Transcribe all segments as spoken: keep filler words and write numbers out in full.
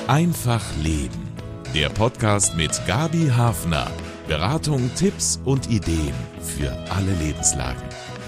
Einfach Leben. Der Podcast mit Gabi Hafner. Beratung, Tipps und Ideen für alle Lebenslagen.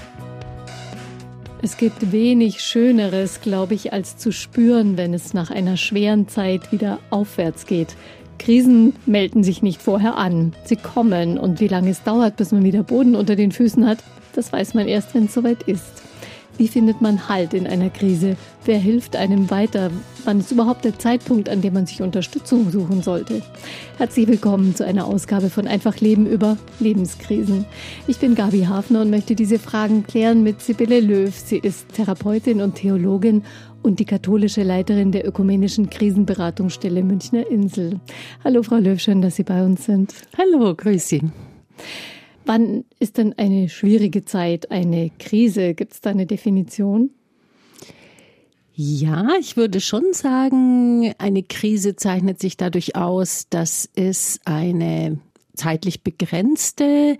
Es gibt wenig Schöneres, glaube ich, als zu spüren, wenn es nach einer schweren Zeit wieder aufwärts geht. Krisen melden sich nicht vorher an. Sie kommen, und wie lange es dauert, bis man wieder Boden unter den Füßen hat, das weiß man erst, wenn es soweit ist. Wie findet man Halt in einer Krise? Wer hilft einem weiter? Wann ist überhaupt der Zeitpunkt, an dem man sich Unterstützung suchen sollte? Herzlich willkommen zu einer Ausgabe von Einfach Leben über Lebenskrisen. Ich bin Gabi Hafner und möchte diese Fragen klären mit Sibylle Löw. Sie ist Therapeutin und Theologin und die katholische Leiterin der ökumenischen Krisenberatungsstelle Münchner Insel. Hallo Frau Löw, schön, dass Sie bei uns sind. Hallo, grüß Sie. Wann ist denn eine schwierige Zeit eine Krise? Gibt es da eine Definition? Ja, ich würde schon sagen, eine Krise zeichnet sich dadurch aus, dass es eine zeitlich begrenzte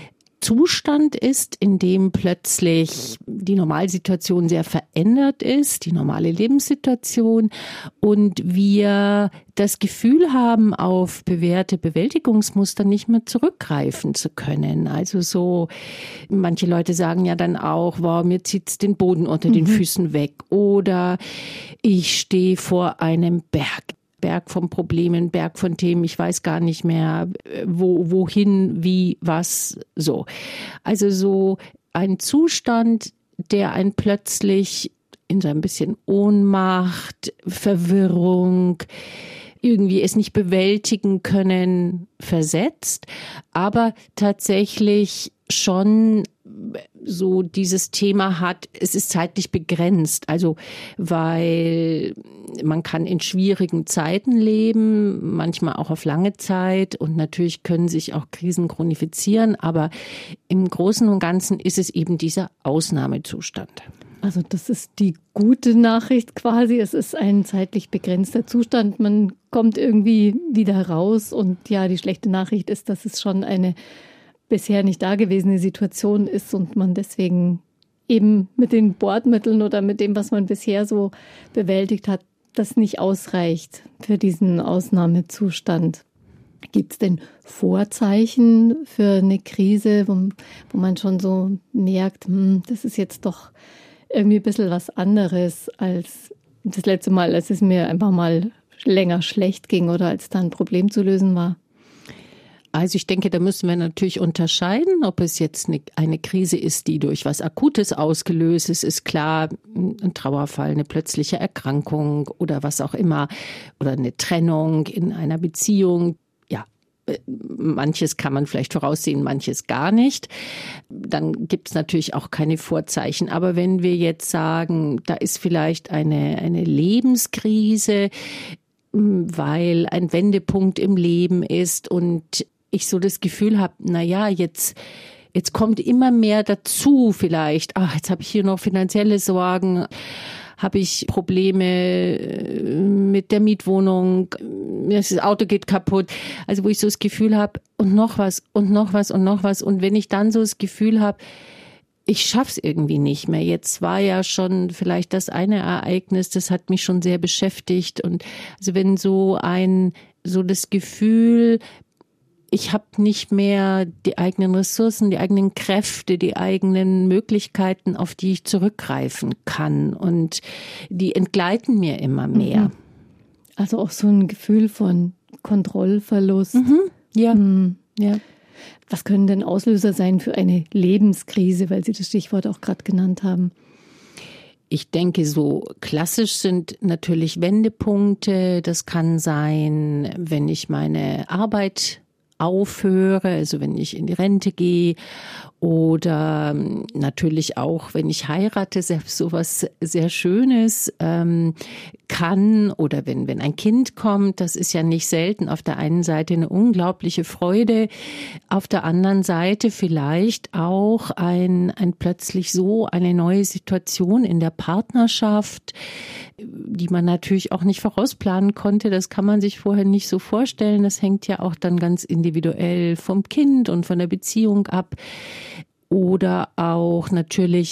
Zustand ist, in dem plötzlich die Normalsituation sehr verändert ist, die normale Lebenssituation, und wir das Gefühl haben, auf bewährte Bewältigungsmuster nicht mehr zurückgreifen zu können. Also so, manche Leute sagen ja dann auch, wow, mir zieht's den Boden unter mhm. den Füßen weg, oder ich stehe vor einem Berg. Berg von Problemen, Berg von Themen, ich weiß gar nicht mehr, wo, wohin, wie, was, so. Also so ein Zustand, der einen plötzlich in so ein bisschen Ohnmacht, Verwirrung, irgendwie es nicht bewältigen können, versetzt, aber tatsächlich schon so dieses Thema hat, es ist zeitlich begrenzt, also weil man kann in schwierigen Zeiten leben, manchmal auch auf lange Zeit, und natürlich können sich auch Krisen chronifizieren, aber im Großen und Ganzen ist es eben dieser Ausnahmezustand. Also das ist die gute Nachricht quasi, es ist ein zeitlich begrenzter Zustand, man kommt irgendwie wieder raus, und ja, die schlechte Nachricht ist, dass es schon eine bisher nicht dagewesene Situation ist und man deswegen eben mit den Bordmitteln oder mit dem, was man bisher so bewältigt hat, das nicht ausreicht für diesen Ausnahmezustand. Gibt es denn Vorzeichen für eine Krise, wo, wo man schon so merkt, hm, das ist jetzt doch irgendwie ein bisschen was anderes als das letzte Mal, als es mir einfach mal länger schlecht ging oder als da ein Problem zu lösen war? Also ich denke, da müssen wir natürlich unterscheiden, ob es jetzt eine, eine Krise ist, die durch was Akutes ausgelöst ist, ist klar, ein Trauerfall, eine plötzliche Erkrankung oder was auch immer, oder eine Trennung in einer Beziehung. Ja, manches kann man vielleicht voraussehen, manches gar nicht. Dann gibt es natürlich auch keine Vorzeichen. Aber wenn wir jetzt sagen, da ist vielleicht eine, eine Lebenskrise, weil ein Wendepunkt im Leben ist und ich so das Gefühl habe, na ja, jetzt jetzt kommt immer mehr dazu vielleicht. Ach, jetzt habe ich hier noch finanzielle Sorgen, habe ich Probleme mit der Mietwohnung, das Auto geht kaputt. Also wo ich so das Gefühl habe, und noch was und noch was und noch was. Und wenn ich dann so das Gefühl habe, ich schaff's irgendwie nicht mehr. Jetzt war ja schon vielleicht das eine Ereignis, das hat mich schon sehr beschäftigt. Und also wenn so ein so das Gefühl, ich habe nicht mehr die eigenen Ressourcen, die eigenen Kräfte, die eigenen Möglichkeiten, auf die ich zurückgreifen kann. Und die entgleiten mir immer mehr. Also auch so ein Gefühl von Kontrollverlust. Mhm. Ja. Mhm. Ja. Was können denn Auslöser sein für eine Lebenskrise, weil Sie das Stichwort auch gerade genannt haben? Ich denke, so klassisch sind natürlich Wendepunkte. Das kann sein, wenn ich meine Arbeit aufhöre, also wenn ich in die Rente gehe, oder natürlich auch, wenn ich heirate, selbst sowas sehr Schönes ähm, kann, oder wenn wenn ein Kind kommt, das ist ja nicht selten. Auf der einen Seite eine unglaubliche Freude, auf der anderen Seite vielleicht auch ein ein plötzlich so eine neue Situation in der Partnerschaft, die man natürlich auch nicht vorausplanen konnte. Das kann man sich vorher nicht so vorstellen. Das hängt ja auch dann ganz individuell vom Kind und von der Beziehung ab. Oder auch natürlich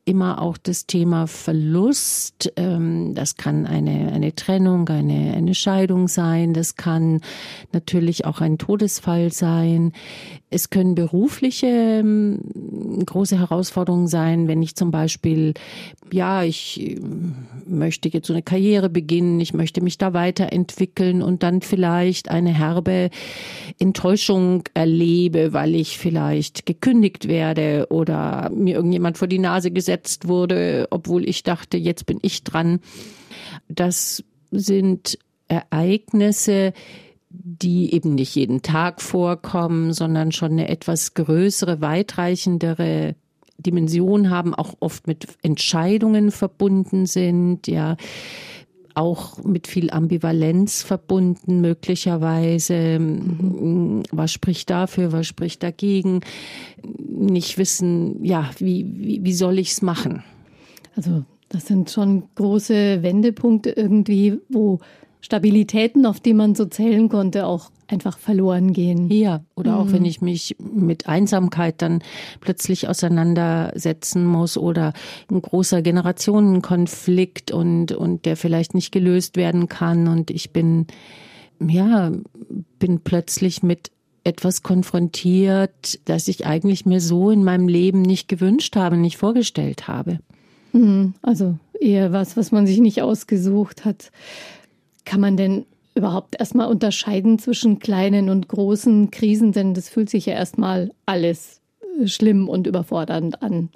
immer auch das Thema Verlust. Das kann eine, eine Trennung, eine, eine Scheidung sein. Das kann natürlich auch ein Todesfall sein. Es können berufliche große Herausforderungen sein, wenn ich zum Beispiel, ja, ich möchte jetzt so eine Karriere beginnen, ich möchte mich da weiterentwickeln und dann vielleicht eine herbe Enttäuschung erlebe, weil ich vielleicht gekündigt werde oder mir irgendjemand vor die Nase gesetzt wurde, obwohl ich dachte, jetzt bin ich dran. Das sind Ereignisse, die eben nicht jeden Tag vorkommen, sondern schon eine etwas größere, weitreichendere Dimension haben, auch oft mit Entscheidungen verbunden sind, ja, auch mit viel Ambivalenz verbunden möglicherweise. Mhm. Was spricht dafür, was spricht dagegen? Nicht wissen, ja, wie, wie, wie soll ich's machen? Also das sind schon große Wendepunkte irgendwie, wo Stabilitäten, auf die man so zählen konnte, auch einfach verloren gehen. Ja, oder auch mhm. wenn ich mich mit Einsamkeit dann plötzlich auseinandersetzen muss oder ein großer Generationenkonflikt und, und der vielleicht nicht gelöst werden kann und ich bin, ja, bin plötzlich mit etwas konfrontiert, das ich eigentlich mir so in meinem Leben nicht gewünscht habe, nicht vorgestellt habe. Also eher was, was man sich nicht ausgesucht hat. Kann man denn überhaupt erstmal unterscheiden zwischen kleinen und großen Krisen? Denn das fühlt sich ja erstmal alles schlimm und überfordernd an.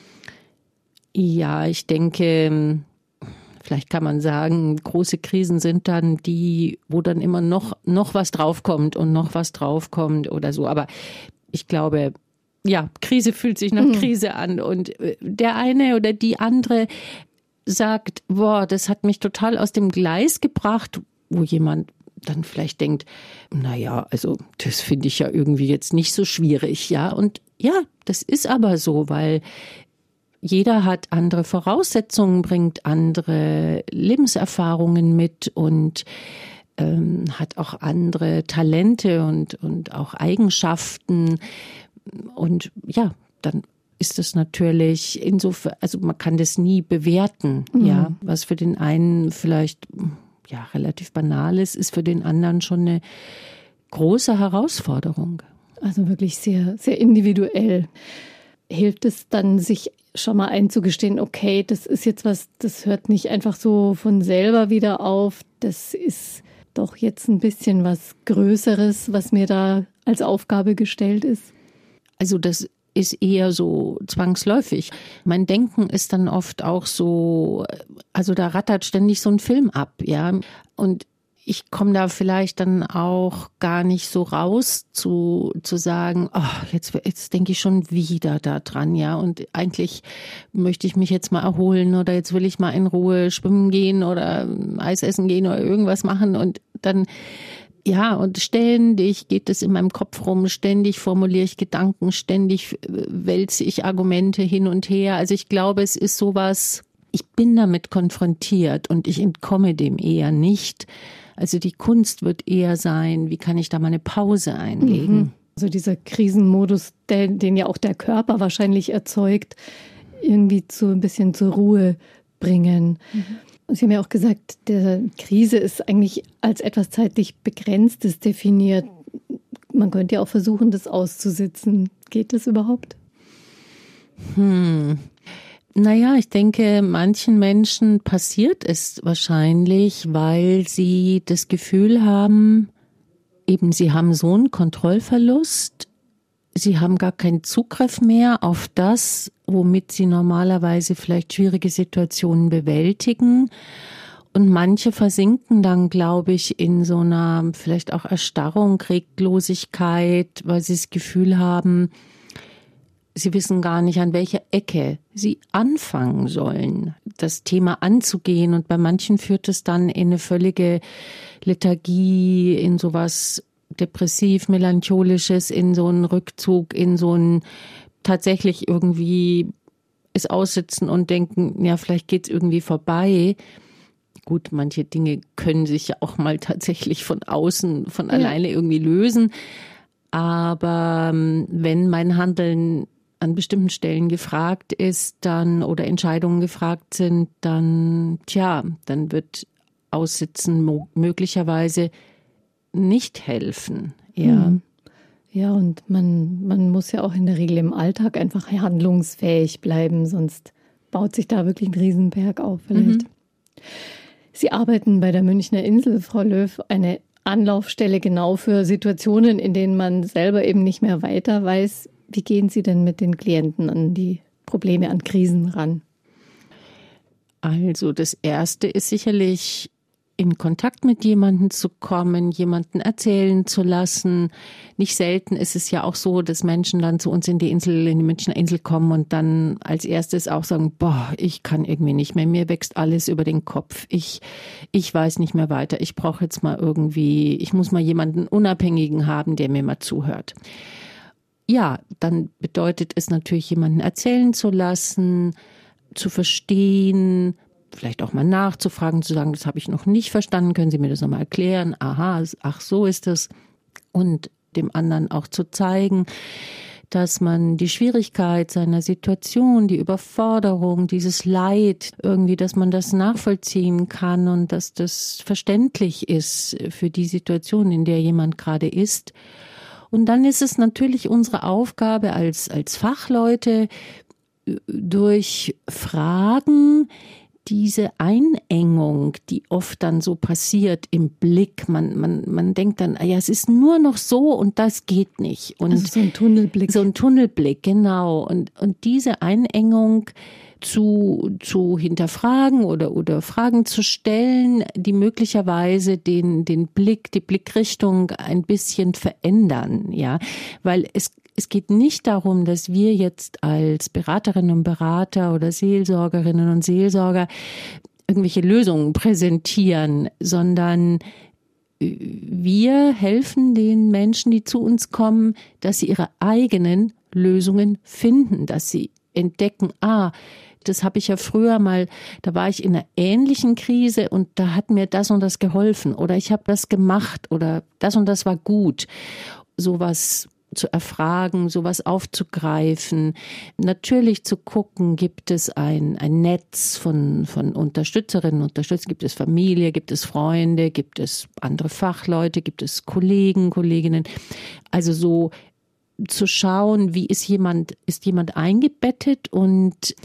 Ja, ich denke, vielleicht kann man sagen, große Krisen sind dann die, wo dann immer noch, noch was draufkommt und noch was draufkommt oder so. Aber ich glaube, ja, Krise fühlt sich nach mhm. Krise an und der eine oder die andere sagt, boah, das hat mich total aus dem Gleis gebracht, wo jemand dann vielleicht denkt, na ja, also das finde ich ja irgendwie jetzt nicht so schwierig, ja. Und ja, das ist aber so, weil jeder hat andere Voraussetzungen, bringt andere Lebenserfahrungen mit und ähm, hat auch andere Talente und, und auch Eigenschaften. Und ja, dann ist es natürlich insofern, also man kann das nie bewerten, mhm. ja, was für den einen vielleicht ja relativ banal ist, ist für den anderen schon eine große Herausforderung. Also wirklich sehr, sehr individuell. Hilft es dann, sich schon mal einzugestehen, okay, das ist jetzt was, das hört nicht einfach so von selber wieder auf, das ist doch jetzt ein bisschen was Größeres, was mir da als Aufgabe gestellt ist? Also das ist eher so zwangsläufig. Mein Denken ist dann oft auch so, also da rattert ständig so ein Film ab, ja. Und ich komme da vielleicht dann auch gar nicht so raus zu zu sagen, oh, jetzt jetzt denke ich schon wieder da dran, ja. Und eigentlich möchte ich mich jetzt mal erholen oder jetzt will ich mal in Ruhe schwimmen gehen oder Eis essen gehen oder irgendwas machen und dann ja, und ständig geht es in meinem Kopf rum, ständig formuliere ich Gedanken, ständig wälze ich Argumente hin und her. Also ich glaube, es ist sowas, ich bin damit konfrontiert und ich entkomme dem eher nicht. Also die Kunst wird eher sein, wie kann ich da mal eine Pause einlegen? Mhm. Also dieser Krisenmodus, der, den ja auch der Körper wahrscheinlich erzeugt, irgendwie zu ein bisschen zur Ruhe bringen. Mhm. Sie haben ja auch gesagt, der Krise ist eigentlich als etwas zeitlich Begrenztes definiert. Man könnte ja auch versuchen, das auszusitzen. Geht das überhaupt? Hm. Naja, ich denke, manchen Menschen passiert es wahrscheinlich, weil sie das Gefühl haben, eben sie haben so einen Kontrollverlust, sie haben gar keinen Zugriff mehr auf das, womit sie normalerweise vielleicht schwierige Situationen bewältigen. Und manche versinken dann, glaube ich, in so einer vielleicht auch Erstarrung, Reglosigkeit, weil sie das Gefühl haben, sie wissen gar nicht, an welcher Ecke sie anfangen sollen, das Thema anzugehen. Und bei manchen führt es dann in eine völlige Lethargie, in sowas depressiv, melancholisches, in so einen Rückzug, in so ein tatsächlich irgendwie es aussitzen und denken, ja, vielleicht geht's irgendwie vorbei. Gut, manche Dinge können sich ja auch mal tatsächlich von außen, von ja. alleine irgendwie lösen. Aber wenn mein Handeln an bestimmten Stellen gefragt ist, dann oder Entscheidungen gefragt sind, dann, tja, dann wird Aussitzen mo- möglicherweise nicht helfen. Ja. Mhm. Ja, und man, man muss ja auch in der Regel im Alltag einfach handlungsfähig bleiben, sonst baut sich da wirklich ein Riesenberg auf vielleicht. Mhm. Sie arbeiten bei der Münchner Insel, Frau Löw, eine Anlaufstelle genau für Situationen, in denen man selber eben nicht mehr weiter weiß. Wie gehen Sie denn mit den Klienten an die Probleme, an Krisen ran? Also das Erste ist sicherlich, in Kontakt mit jemandem zu kommen, jemanden erzählen zu lassen. Nicht selten ist es ja auch so, dass Menschen dann zu uns in die Insel, in die Münchner Insel kommen und dann als erstes auch sagen, boah, ich kann irgendwie nicht mehr, mir wächst alles über den Kopf. Ich, ich weiß nicht mehr weiter. Ich brauche jetzt mal irgendwie, ich muss mal jemanden Unabhängigen haben, der mir mal zuhört. Ja, dann bedeutet es natürlich, jemanden erzählen zu lassen, zu verstehen, vielleicht auch mal nachzufragen, zu sagen, das habe ich noch nicht verstanden, können Sie mir das nochmal erklären? Aha, ach, so ist es. Und dem anderen auch zu zeigen, dass man die Schwierigkeit seiner Situation, die Überforderung, dieses Leid, irgendwie, dass man das nachvollziehen kann und dass das verständlich ist für die Situation, in der jemand gerade ist. Und dann ist es natürlich unsere Aufgabe als, als Fachleute, durch Fragen diese Einengung, die oft dann so passiert im Blick, man, man, man denkt dann, ja, es ist nur noch so und das geht nicht. Und also so ein Tunnelblick. So ein Tunnelblick, genau. Und, und diese Einengung zu, zu hinterfragen oder, oder Fragen zu stellen, die möglicherweise den, den Blick, die Blickrichtung ein bisschen verändern, ja. Weil es Es geht nicht darum, dass wir jetzt als Beraterinnen und Berater oder Seelsorgerinnen und Seelsorger irgendwelche Lösungen präsentieren, sondern wir helfen den Menschen, die zu uns kommen, dass sie ihre eigenen Lösungen finden, dass sie entdecken, ah, das habe ich ja früher mal, da war ich in einer ähnlichen Krise und da hat mir das und das geholfen oder ich habe das gemacht oder das und das war gut. Sowas zu erfragen, sowas aufzugreifen, natürlich zu gucken, gibt es ein, ein Netz von, von Unterstützerinnen und Unterstützern, gibt es Familie, gibt es Freunde, gibt es andere Fachleute, gibt es Kollegen, Kolleginnen, also so zu schauen, wie ist jemand, ist jemand eingebettet und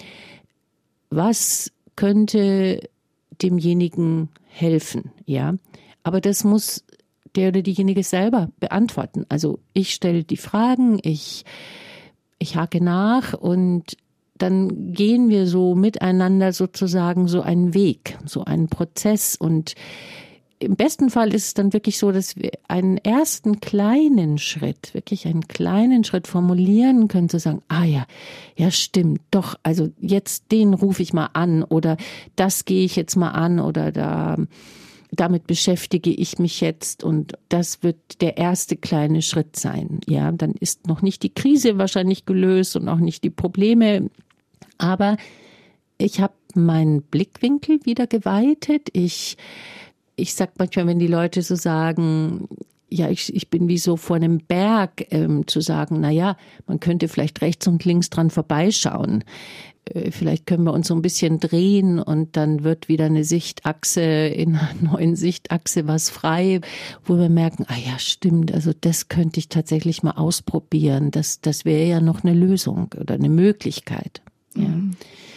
was könnte demjenigen helfen, ja, aber das muss der oder diejenige selber beantworten. Also ich stelle die Fragen, ich, ich hake nach und dann gehen wir so miteinander sozusagen so einen Weg, so einen Prozess und im besten Fall ist es dann wirklich so, dass wir einen ersten kleinen Schritt, wirklich einen kleinen Schritt formulieren können, zu sagen, ah ja, ja stimmt, doch, also jetzt den rufe ich mal an oder das gehe ich jetzt mal an oder da damit beschäftige ich mich jetzt und das wird der erste kleine Schritt sein. Ja, dann ist noch nicht die Krise wahrscheinlich gelöst und auch nicht die Probleme, aber ich habe meinen Blickwinkel wieder geweitet. Ich Ich sag manchmal, wenn die Leute so sagen, ja, ich, ich bin wie so vor einem Berg, ähm, zu sagen, na ja, man könnte vielleicht rechts und links dran vorbeischauen. Äh, vielleicht können wir uns so ein bisschen drehen und dann wird wieder eine Sichtachse, in einer neuen Sichtachse was frei, wo wir merken, ah ja, stimmt, also das könnte ich tatsächlich mal ausprobieren. Das, das wäre ja noch eine Lösung oder eine Möglichkeit. Ja. Mhm.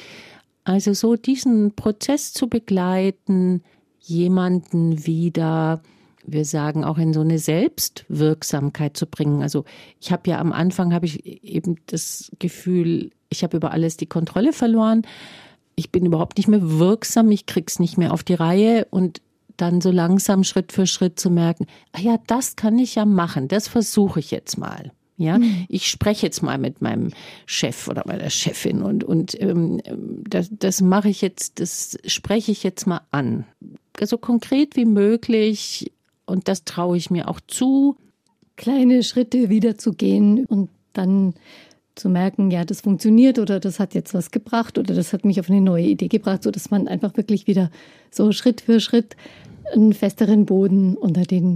Also so diesen Prozess zu begleiten, jemanden wieder, wir sagen auch in so eine Selbstwirksamkeit zu bringen. Also ich habe ja am Anfang habe ich eben das Gefühl, ich habe über alles die Kontrolle verloren. Ich bin überhaupt nicht mehr wirksam, ich krieg's nicht mehr auf die Reihe und dann so langsam Schritt für Schritt zu merken, ah ja, das kann ich ja machen, das versuche ich jetzt mal. Ja, mhm. Ich spreche jetzt mal mit meinem Chef oder meiner Chefin und und ähm, das, das mache ich jetzt, das spreche ich jetzt mal an. So konkret wie möglich und das traue ich mir auch zu. Kleine Schritte wieder zu gehen und dann zu merken, ja, das funktioniert oder das hat jetzt was gebracht oder das hat mich auf eine neue Idee gebracht, sodass man einfach wirklich wieder so Schritt für Schritt einen festeren Boden unter den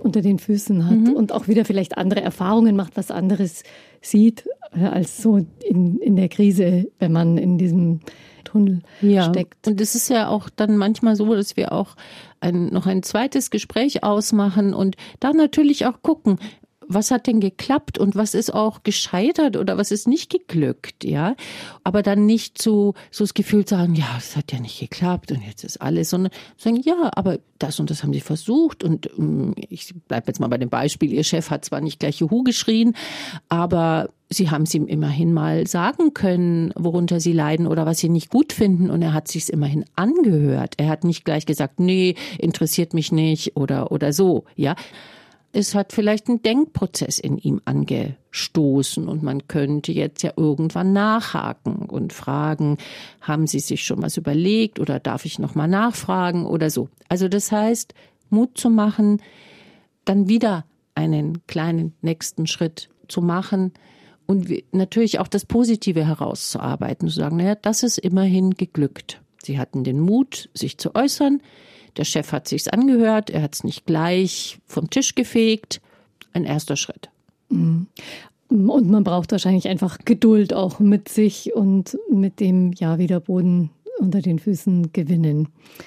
unter den Füßen hat mhm. und auch wieder vielleicht andere Erfahrungen macht, was anderes sieht, als so in, in der Krise, wenn man in diesem Tunnel ja. steckt. Und es ist ja auch dann manchmal so, dass wir auch ein, noch ein zweites Gespräch ausmachen und dann natürlich auch gucken, was hat denn geklappt und was ist auch gescheitert oder was ist nicht geglückt, ja? Aber dann nicht so, so das Gefühl zu haben, ja, es hat ja nicht geklappt und jetzt ist alles, sondern sagen, ja, aber das und das haben sie versucht und ich bleibe jetzt mal bei dem Beispiel, ihr Chef hat zwar nicht gleich Juhu geschrien, aber sie haben es ihm immerhin mal sagen können, worunter sie leiden oder was sie nicht gut finden und er hat sich's immerhin angehört. Er hat nicht gleich gesagt, nee, interessiert mich nicht oder, oder so, ja? Es hat vielleicht einen Denkprozess in ihm angestoßen und man könnte jetzt ja irgendwann nachhaken und fragen, haben Sie sich schon was überlegt oder darf ich noch mal nachfragen oder so. Also das heißt, Mut zu machen, dann wieder einen kleinen nächsten Schritt zu machen und natürlich auch das Positive herauszuarbeiten, zu sagen, naja, das ist immerhin geglückt. Sie hatten den Mut, sich zu äußern. Der Chef hat sich's angehört, er hat es nicht gleich vom Tisch gefegt. Ein erster Schritt. Und man braucht wahrscheinlich einfach Geduld auch mit sich und mit dem ja wieder Boden unter den Füßen gewinnen.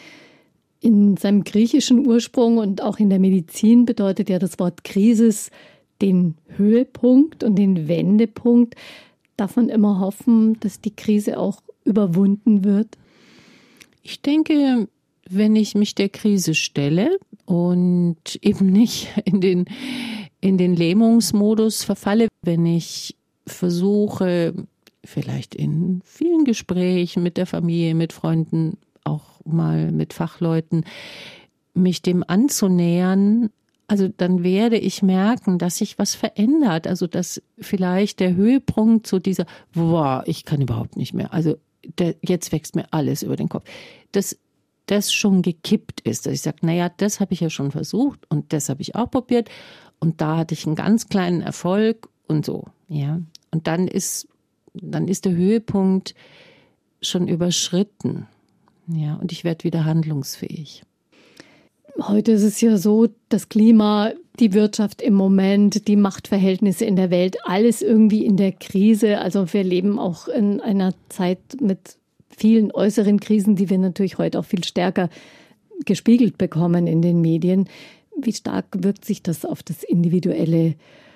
In seinem griechischen Ursprung und auch in der Medizin bedeutet ja das Wort Krisis den Höhepunkt und den Wendepunkt. Darf man immer hoffen, dass die Krise auch überwunden wird? Ich denke, wenn ich mich der Krise stelle und eben nicht in den, in den Lähmungsmodus verfalle, wenn ich versuche, vielleicht in vielen Gesprächen mit der Familie, mit Freunden, auch mal mit Fachleuten, mich dem anzunähern, also dann werde ich merken, dass sich was verändert. Also dass vielleicht der Höhepunkt so dieser, boah, ich kann überhaupt nicht mehr. Also der, jetzt wächst mir alles über den Kopf. Das das schon gekippt ist, dass ich sage, naja, das habe ich ja schon versucht und das habe ich auch probiert und da hatte ich einen ganz kleinen Erfolg und so, ja. Und dann ist, dann ist der Höhepunkt schon überschritten, ja, und ich werde wieder handlungsfähig. Heute ist es ja so, das Klima, die Wirtschaft im Moment, die Machtverhältnisse in der Welt, alles irgendwie in der Krise. Also wir leben auch in einer Zeit mit vielen äußeren Krisen, die wir natürlich heute auch viel stärker gespiegelt bekommen in den Medien. Wie stark wirkt sich das auf das individuelle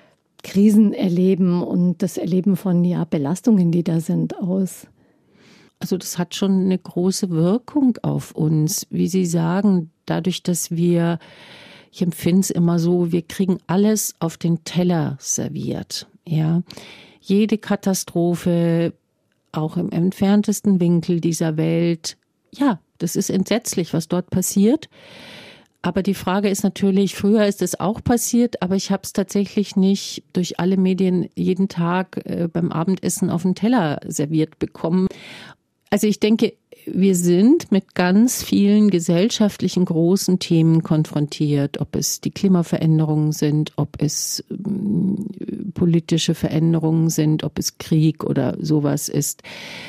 Krisenerleben und das Erleben von ja, Belastungen, die da sind, aus? Also das hat schon eine große Wirkung auf uns. Wie Sie sagen, dadurch, dass wir, ich empfinde es immer so, wir kriegen alles auf den Teller serviert. Ja, jede Katastrophe, auch im entferntesten Winkel dieser Welt. Ja, das ist entsetzlich, was dort passiert. Aber die Frage ist natürlich, früher ist es auch passiert, aber ich habe es tatsächlich nicht durch alle Medien jeden Tag äh, beim Abendessen auf den Teller serviert bekommen. Also ich denke, wir sind mit ganz vielen gesellschaftlichen großen Themen konfrontiert, ob es die Klimaveränderungen sind, ob es ähm, politische Veränderungen sind, ob es Krieg oder sowas ist.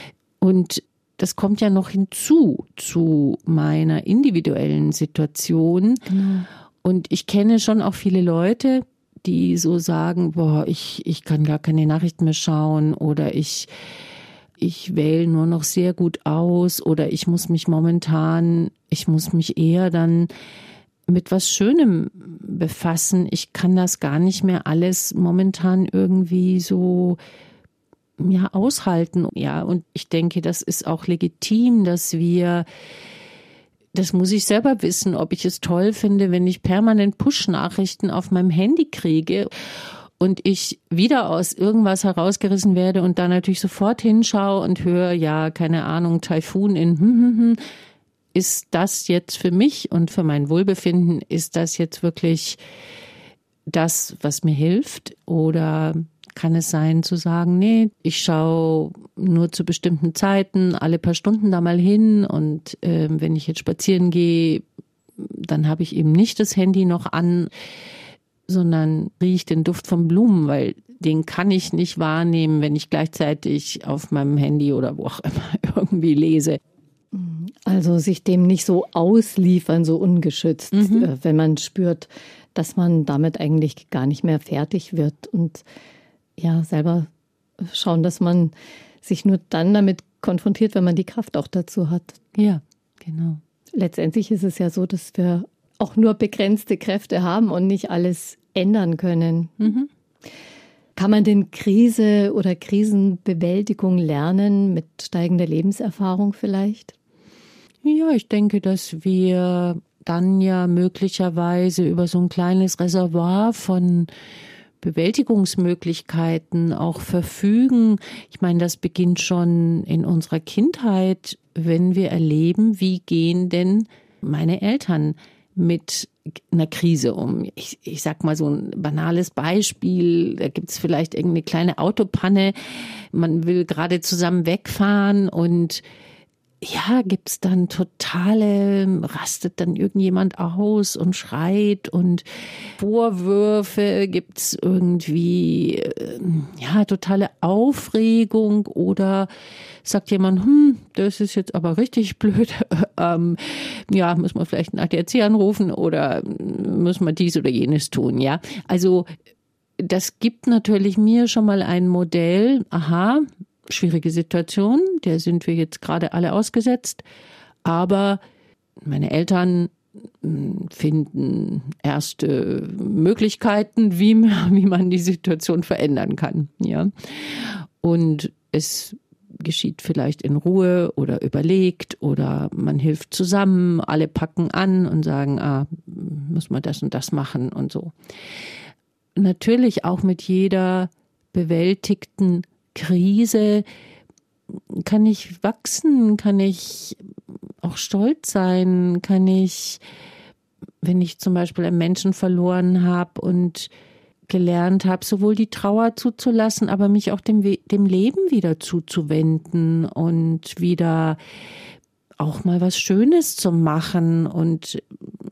Und das kommt ja noch hinzu zu meiner individuellen Situation. Genau. Und ich kenne schon auch viele Leute, die so sagen, boah, ich, ich kann gar keine Nachrichten mehr schauen oder ich ich wähle nur noch sehr gut aus oder ich muss mich momentan, ich muss mich eher dann mit was Schönem befassen. Ich kann das gar nicht mehr alles momentan irgendwie so ja aushalten. Ja, und ich denke, das ist auch legitim, dass wir, das muss ich selber wissen, ob ich es toll finde, wenn ich permanent Push-Nachrichten auf meinem Handy kriege und ich wieder aus irgendwas herausgerissen werde und dann natürlich sofort hinschaue und höre, ja, keine Ahnung, Taifun in hm, hm, hm. Ist das jetzt für mich und für mein Wohlbefinden, ist das jetzt wirklich das, was mir hilft? Oder kann es sein zu sagen, nee, ich schaue nur zu bestimmten Zeiten, alle paar Stunden da mal hin und äh, wenn ich jetzt spazieren gehe, dann habe ich eben nicht das Handy noch an, sondern rieche den Duft von Blumen, weil den kann ich nicht wahrnehmen, wenn ich gleichzeitig auf meinem Handy oder wo auch immer irgendwie lese. Also sich dem nicht so ausliefern, so ungeschützt, Mhm. äh, wenn man spürt, dass man damit eigentlich gar nicht mehr fertig wird und ja, selber schauen, dass man sich nur dann damit konfrontiert, wenn man die Kraft auch dazu hat. Ja, genau. Letztendlich ist es ja so, dass wir auch nur begrenzte Kräfte haben und nicht alles ändern können. Mhm. Kann man denn Krise oder Krisenbewältigung lernen mit steigender Lebenserfahrung vielleicht? Ja, ich denke, dass wir dann ja möglicherweise über so ein kleines Reservoir von Bewältigungsmöglichkeiten auch verfügen. Ich meine, das beginnt schon in unserer Kindheit, wenn wir erleben, wie gehen denn meine Eltern mit einer Krise um. Ich, ich sag mal so ein banales Beispiel, da gibt's vielleicht irgendeine kleine Autopanne, man will gerade zusammen wegfahren und ja, gibt's dann totale, rastet dann irgendjemand aus und schreit und Vorwürfe, gibt's irgendwie, äh, ja, totale Aufregung oder sagt jemand, hm, das ist jetzt aber richtig blöd, ähm, ja, müssen wir vielleicht einen A D A C anrufen oder müssen wir dies oder jenes tun, ja. Also, das gibt natürlich mir schon mal ein Modell, aha, schwierige Situation, der sind wir jetzt gerade alle ausgesetzt, aber meine Eltern finden erste Möglichkeiten, wie, wie man die Situation verändern kann, ja. Und es geschieht vielleicht in Ruhe oder überlegt oder man hilft zusammen, alle packen an und sagen, ah, müssen wir das und das machen und so. Natürlich auch mit jeder bewältigten Krise kann ich wachsen, kann ich auch stolz sein, kann ich, wenn ich zum Beispiel einen Menschen verloren habe und gelernt habe, sowohl die Trauer zuzulassen, aber mich auch dem, dem Leben wieder zuzuwenden und wieder auch mal was Schönes zu machen und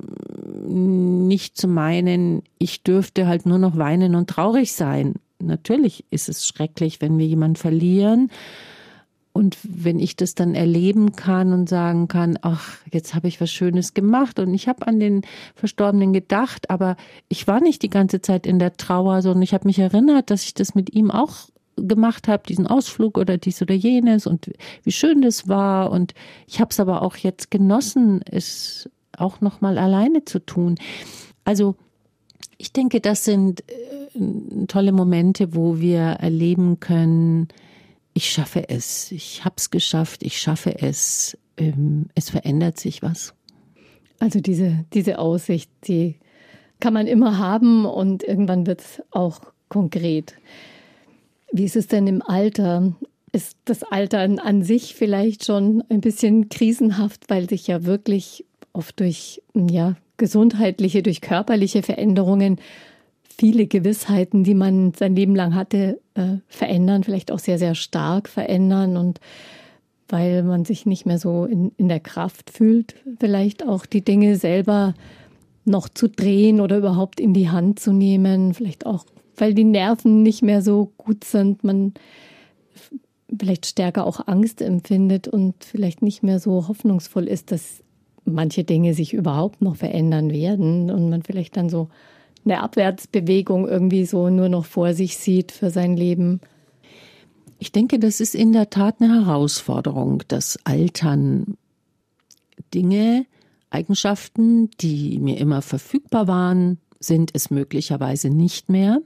nicht zu meinen, ich dürfte halt nur noch weinen und traurig sein. Natürlich ist es schrecklich, wenn wir jemanden verlieren. Und wenn ich das dann erleben kann und sagen kann, ach, jetzt habe ich was Schönes gemacht und ich habe an den Verstorbenen gedacht, aber ich war nicht die ganze Zeit in der Trauer, sondern ich habe mich erinnert, dass ich das mit ihm auch gemacht habe, diesen Ausflug oder dies oder jenes und wie schön das war. Und ich habe es aber auch jetzt genossen, es auch noch mal alleine zu tun. Also ich denke, das sind tolle Momente, wo wir erleben können, ich schaffe es, ich habe es geschafft, ich schaffe es, es verändert sich was. Also diese, diese Aussicht, die kann man immer haben und irgendwann wird es auch konkret. Wie ist es denn im Alter? Ist das Alter an sich vielleicht schon ein bisschen krisenhaft, weil sich ja wirklich oft durch ja, gesundheitliche, durch körperliche Veränderungen viele Gewissheiten, die man sein Leben lang hatte, äh, verändern, vielleicht auch sehr, sehr stark verändern und weil man sich nicht mehr so in, in der Kraft fühlt, vielleicht auch die Dinge selber noch zu drehen oder überhaupt in die Hand zu nehmen, vielleicht auch, weil die Nerven nicht mehr so gut sind, man vielleicht stärker auch Angst empfindet und vielleicht nicht mehr so hoffnungsvoll ist, dass manche Dinge sich überhaupt noch verändern werden und man vielleicht dann so eine Abwärtsbewegung irgendwie so nur noch vor sich sieht für sein Leben. Ich denke, das ist in der Tat eine Herausforderung, das Altern. Dinge, Eigenschaften, die mir immer verfügbar waren, sind es möglicherweise nicht mehr.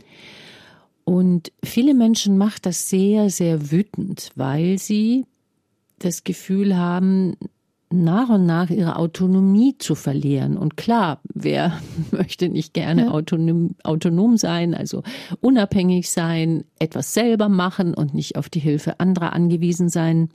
Und viele Menschen macht das sehr, sehr wütend, weil sie das Gefühl haben, nach und nach ihre Autonomie zu verlieren. Und klar, wer möchte nicht gerne ja. autonom, autonom sein, also unabhängig sein, etwas selber machen und nicht auf die Hilfe anderer angewiesen sein.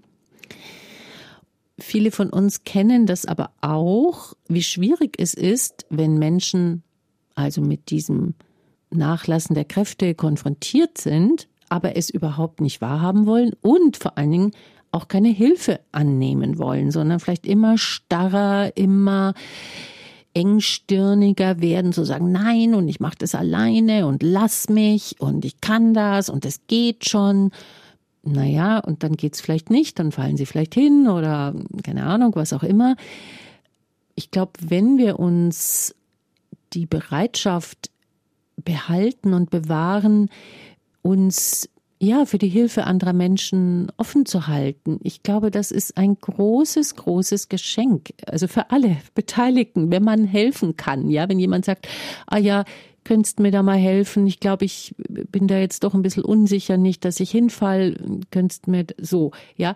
Viele von uns kennen das aber auch, wie schwierig es ist, wenn Menschen also mit diesem Nachlassen der Kräfte konfrontiert sind, aber es überhaupt nicht wahrhaben wollen und vor allen Dingen auch keine Hilfe annehmen wollen, sondern vielleicht immer starrer, immer engstirniger werden, zu sagen, nein, und ich mache das alleine und lass mich und ich kann das und es geht schon. naja, und dann geht's vielleicht nicht, dann fallen sie vielleicht hin oder keine Ahnung, was auch immer. Ich glaube, wenn wir uns die Bereitschaft behalten und bewahren, uns ja für die Hilfe anderer Menschen offen zu halten, ich glaube, das ist ein großes, großes Geschenk. Also für alle Beteiligten, wenn man helfen kann. Ja, wenn jemand sagt, ah ja, könntest mir da mal helfen? Ich glaube, ich bin da jetzt doch ein bisschen unsicher, nicht, dass ich hinfall. Könntest mir so, ja.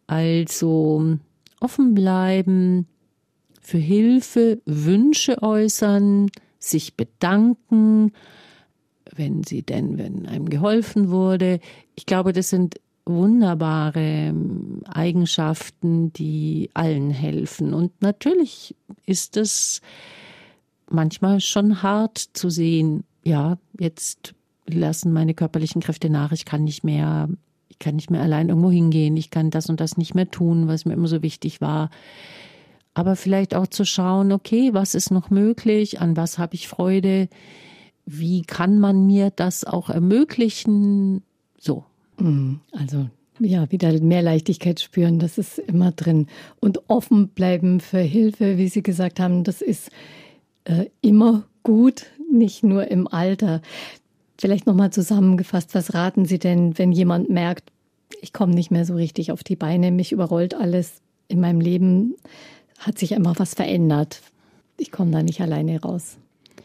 Also offen bleiben, für Hilfe, Wünsche äußern, sich bedanken, wenn sie denn, wenn einem geholfen wurde. Ich glaube, das sind wunderbare Eigenschaften, die allen helfen. Und natürlich ist es manchmal schon hart zu sehen, ja, jetzt lassen meine körperlichen Kräfte nach, ich kann nicht mehr, ich kann nicht mehr allein irgendwo hingehen, ich kann das und das nicht mehr tun, was mir immer so wichtig war. Aber vielleicht auch zu schauen, okay, was ist noch möglich, an was habe ich Freude, wie kann man mir das auch ermöglichen, so. Also ja, wieder mehr Leichtigkeit spüren, das ist immer drin. Und offen bleiben für Hilfe, wie Sie gesagt haben, das ist äh, immer gut, nicht nur im Alter. Vielleicht nochmal zusammengefasst, was raten Sie denn, wenn jemand merkt, ich komme nicht mehr so richtig auf die Beine, mich überrollt alles in meinem Leben, hat sich einfach was verändert. Ich komme da nicht alleine raus.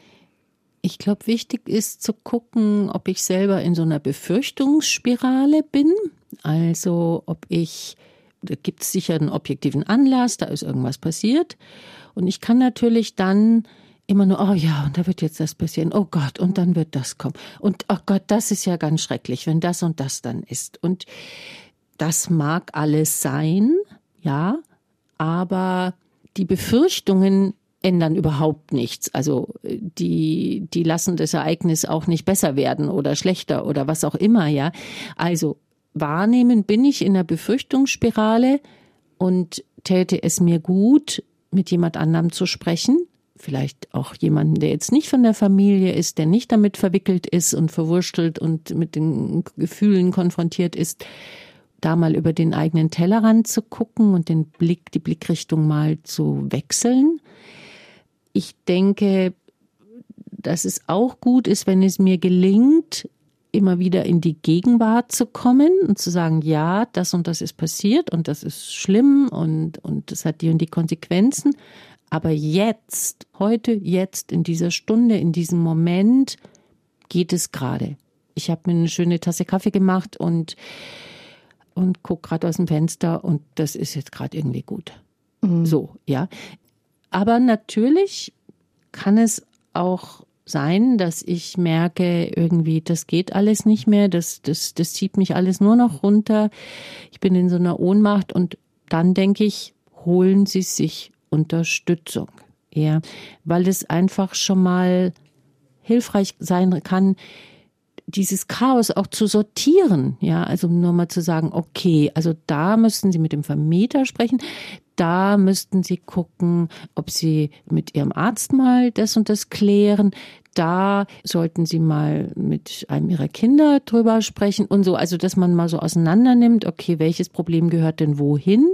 Ich glaube, wichtig ist zu gucken, ob ich selber in so einer Befürchtungsspirale bin. Also ob ich, da gibt es sicher einen objektiven Anlass, da ist irgendwas passiert. Und ich kann natürlich dann immer nur, oh ja, und da wird jetzt das passieren, oh Gott, und dann wird das kommen. Und oh Gott, das ist ja ganz schrecklich, wenn das und das dann ist. Und das mag alles sein, ja, aber die Befürchtungen ändern überhaupt nichts. Also die, die lassen das Ereignis auch nicht besser werden oder schlechter oder was auch immer, ja. Also wahrnehmen, bin ich in der Befürchtungsspirale und täte es mir gut, mit jemand anderem zu sprechen. Vielleicht auch jemanden, der jetzt nicht von der Familie ist, der nicht damit verwickelt ist und verwurstelt und mit den Gefühlen konfrontiert ist, da mal über den eigenen Tellerrand zu gucken und den Blick, die Blickrichtung mal zu wechseln. Ich denke, dass es auch gut ist, wenn es mir gelingt, immer wieder in die Gegenwart zu kommen und zu sagen, ja, das und das ist passiert und das ist schlimm und, und das hat die und die Konsequenzen. Aber jetzt, heute, jetzt, in dieser Stunde, in diesem Moment geht es gerade. Ich habe mir eine schöne Tasse Kaffee gemacht und, und gucke gerade aus dem Fenster und das ist jetzt gerade irgendwie gut. Mhm. So, ja. Aber natürlich kann es auch sein, dass ich merke, irgendwie, das geht alles nicht mehr, das, das, das zieht mich alles nur noch runter. Ich bin in so einer Ohnmacht und dann denke ich, holen Sie sich Unterstützung. Ja, weil es einfach schon mal hilfreich sein kann, dieses Chaos auch zu sortieren. Ja, also nur mal zu sagen, okay, also da müssten Sie mit dem Vermieter sprechen, da müssten Sie gucken, ob Sie mit Ihrem Arzt mal das und das klären. Da sollten Sie mal mit einem Ihrer Kinder drüber sprechen und so. Also, dass man mal so auseinander nimmt, okay, welches Problem gehört denn wohin?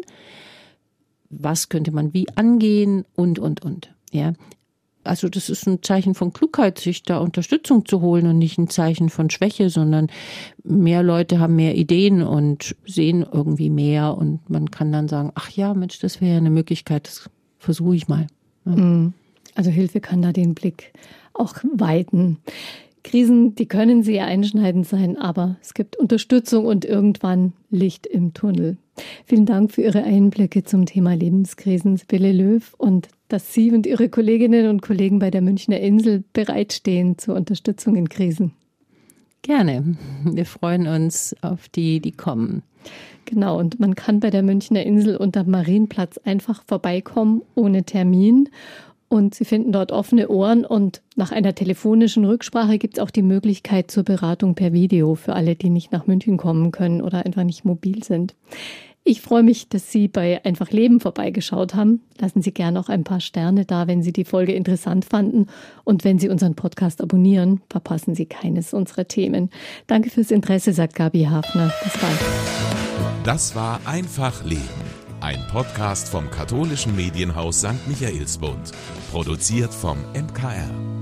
Was könnte man wie angehen? Und, und, und. Ja. Also, das ist ein Zeichen von Klugheit, sich da Unterstützung zu holen und nicht ein Zeichen von Schwäche, sondern mehr Leute haben mehr Ideen und sehen irgendwie mehr und man kann dann sagen, ach ja, Mensch, das wäre ja eine Möglichkeit, das versuche ich mal. Ja. Also Hilfe kann da den Blick auch weiten. Krisen, die können sehr einschneidend sein, aber es gibt Unterstützung und irgendwann Licht im Tunnel. Vielen Dank für Ihre Einblicke zum Thema Lebenskrisen, Sibylle Löw, und dass Sie und Ihre Kolleginnen und Kollegen bei der Münchner Insel bereitstehen zur Unterstützung in Krisen. Gerne. Wir freuen uns auf die, die kommen. Genau, und man kann bei der Münchner Insel unter Marienplatz einfach vorbeikommen, ohne Termin. Und Sie finden dort offene Ohren und nach einer telefonischen Rücksprache gibt es auch die Möglichkeit zur Beratung per Video für alle, die nicht nach München kommen können oder einfach nicht mobil sind. Ich freue mich, dass Sie bei Einfach Leben vorbeigeschaut haben. Lassen Sie gerne auch ein paar Sterne da, wenn Sie die Folge interessant fanden. Und wenn Sie unseren Podcast abonnieren, verpassen Sie keines unserer Themen. Danke fürs Interesse, sagt Gabi Hafner. Bis bald. Das war Einfach Leben, ein Podcast vom katholischen Medienhaus Sankt Michaelsbund, produziert vom M K R.